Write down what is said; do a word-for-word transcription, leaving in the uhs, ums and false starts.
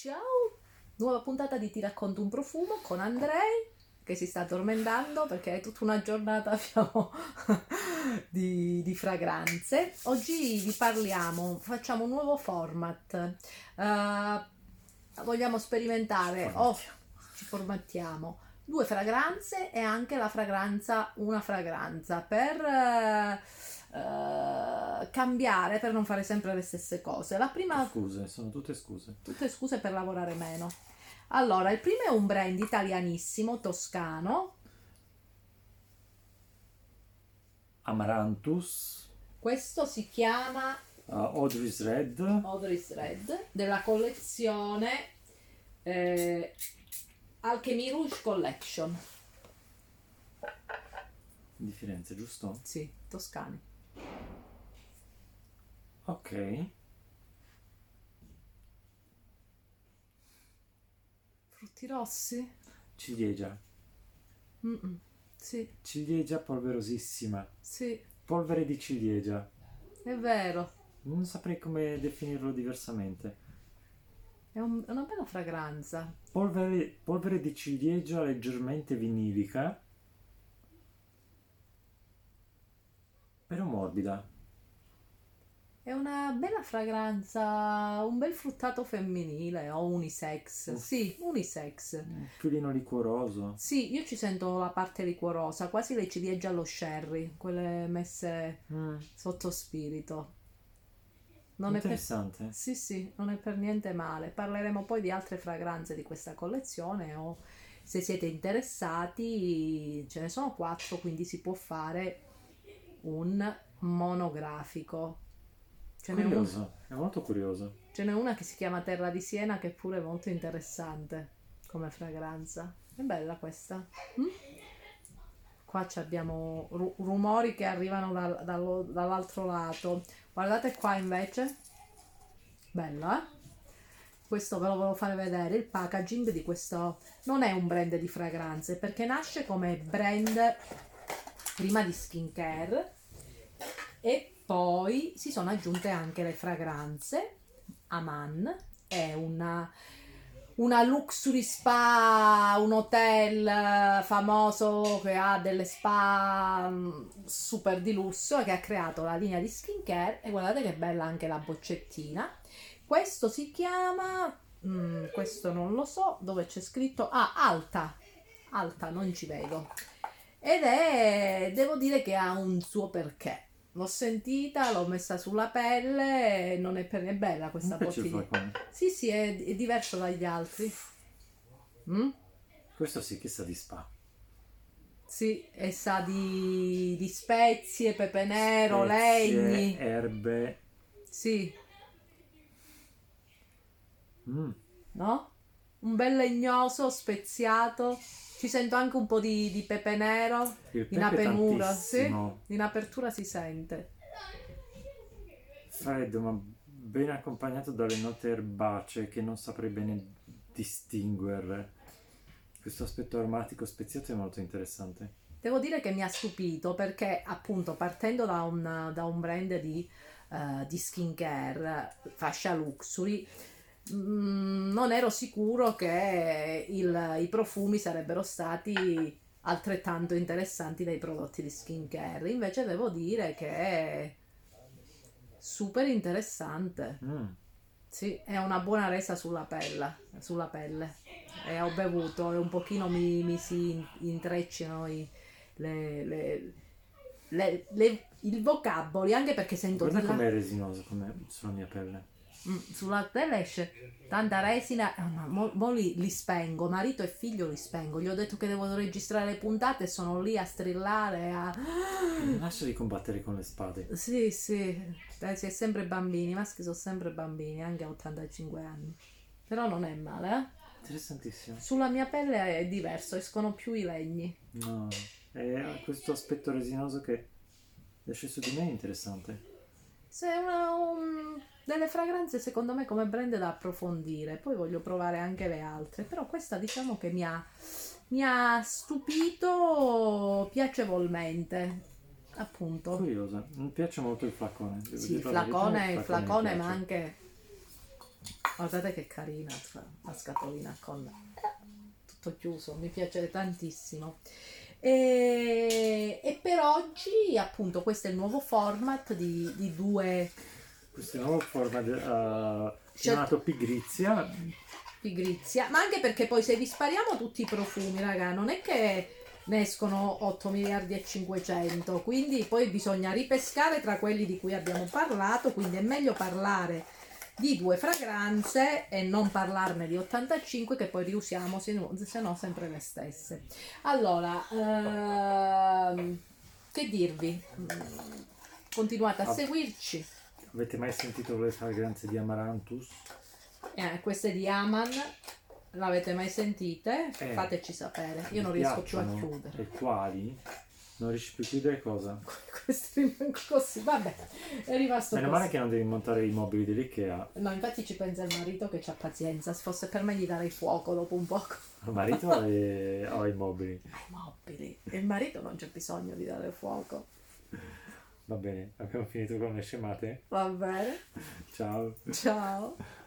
Ciao, nuova puntata di Ti racconto un profumo con Andrei che si sta addormentando perché è tutta una giornata abbiamo di, di fragranze. Oggi vi parliamo, facciamo un nuovo format. Eh, vogliamo sperimentare o ci formattiamo due fragranze e anche la fragranza, una fragranza per eh, eh, cambiare, per non fare sempre le stesse cose. La prima, Scuse, sono tutte scuse. tutte scuse per lavorare meno. Allora, il primo è un brand italianissimo, toscano. Amaranthus, Questo si chiama uh, Audrey's Red, Audrey's Red, della collezione eh, Alchemy Rouge Collection. di Firenze, giusto? Sì, toscani. Ok. Frutti rossi? Ciliegia. Mm-mm. Sì, Ciliegia polverosissima. sì, Polvere di ciliegia. è vero. Non saprei come definirlo diversamente. È, un- è una bella fragranza. Polvere, polvere di ciliegia leggermente vinilica, però morbida. È una bella fragranza, un bel fruttato femminile o unisex. Sì, unisex. Un filino liquoroso. Sì, io ci sento la parte liquorosa, quasi le ciliegie allo sherry, quelle messe Mm, sotto spirito. Non è per... interessante. Sì, sì, non è per niente male. Parleremo poi di altre fragranze di questa collezione o se siete interessati, ce ne sono quattro, quindi si può fare un monografico. Ce n'è un- Curioso, è molto curioso. ce n'è una che si chiama Terra di Siena che è pure molto interessante come fragranza. È bella questa. Mm? Qua ci abbiamo ru- rumori che arrivano dal- dallo- dall'altro lato. Guardate qua invece. Bella, eh? Questo ve lo volevo fare vedere. Il packaging di questo non è un brand di fragranze perché nasce come brand prima di skincare e poi si sono aggiunte anche le fragranze. Aman è una, una luxury spa, un hotel eh, famoso che ha delle spa mm, super di lusso e che ha creato la linea di skincare e guardate che bella anche la boccettina. Questo si chiama, mm, questo non lo so, dove c'è scritto, ah, Alta, Alta, non ci vedo. Ed è, devo dire che ha un suo perché. L'ho sentita, l'ho messa sulla pelle, e non è per niente bella questa Mi piace il bottiglia. flacone. Sì, sì, è, è diverso dagli altri. Mm? Questo sì che sa di spa. Sì, e sa di, di spezie, pepe nero, Spezie, legni. erbe. Sì, Mm, no? Un bel legnoso, speziato. Ci sento anche un po' di, di pepe nero il in pepe apertura, sì? tantissimo. In apertura si sente. Freddo, ma ben accompagnato dalle note erbacee che non saprei bene distinguere. Questo aspetto aromatico speziato è molto interessante. Devo dire che mi ha stupito perché appunto partendo da un, da un brand di, eh, di skincare, fascia luxury, mm, non ero sicuro che il- i profumi sarebbero stati altrettanto interessanti dei prodotti di skincare. Invece devo dire che è super interessante. Mm, Sì, è una buona resa sulla pelle, sulla pelle. E ho bevuto e un pochino mi, mi si intreccino i, le, le, le, le- il vocaboli, anche perché sento guarda di là. com'è resinoso com'è sulla mia pelle. Mm, sulla pelle esce tanta resina. eh, ma mo, mo li, li spengo, marito e figlio li spengo. Gli ho detto che devo registrare le puntate e sono lì a strillare. A... Lascia di combattere con le spade. Sì, sì, eh, si è sempre bambini, i maschi sono sempre bambini, anche a ottantacinque anni. Però non è male, eh? Interessantissimo. Sulla mia pelle è diverso, escono più i legni. No, è questo aspetto resinoso che esce su di me è interessante. Se è una, un- delle fragranze secondo me come brand da approfondire, poi voglio provare anche le altre, però questa diciamo che mi ha, mi ha stupito piacevolmente, appunto. Curiosa, mi piace molto il flacone. Devo Sì, il dire la verità, flacone, il mi flacone, ma piace. anche Guardate che carina la scatolina con tutto chiuso, mi piace tantissimo. E, e per oggi appunto questo è il nuovo format di, di due Questo nuovo format uh, Cioè- chiamato pigrizia. pigrizia, ma anche perché poi se dispariamo tutti i profumi, raga, non è che ne escono otto miliardi e cinquecento, quindi poi bisogna ripescare tra quelli di cui abbiamo parlato, quindi è meglio parlare di due fragranze e non parlarne di ottantacinque che poi riusiamo, se no, se no sempre le stesse. Allora, ehm, che dirvi? Mm, Continuate a Ah. seguirci. Avete mai sentito le fragranze di Amaranthus? Eh, queste di Aman, l'avete mai sentite? Eh, Fateci sapere, Vi io non riesco più a piacciono? chiudere. E quali? Non riesci più a chiudere cosa? Questi rimango così, vabbè, è rimasto Meno così. male che non devi montare i mobili dell'Ikea. No, infatti ci pensa il marito che c'ha pazienza, se fosse per me gli darei fuoco dopo un poco. Il marito o i- o i mobili? Ai mobili, il marito non c'è bisogno di dare fuoco. Va bene, abbiamo finito con le scemate? Va bene, Ciao. ciao.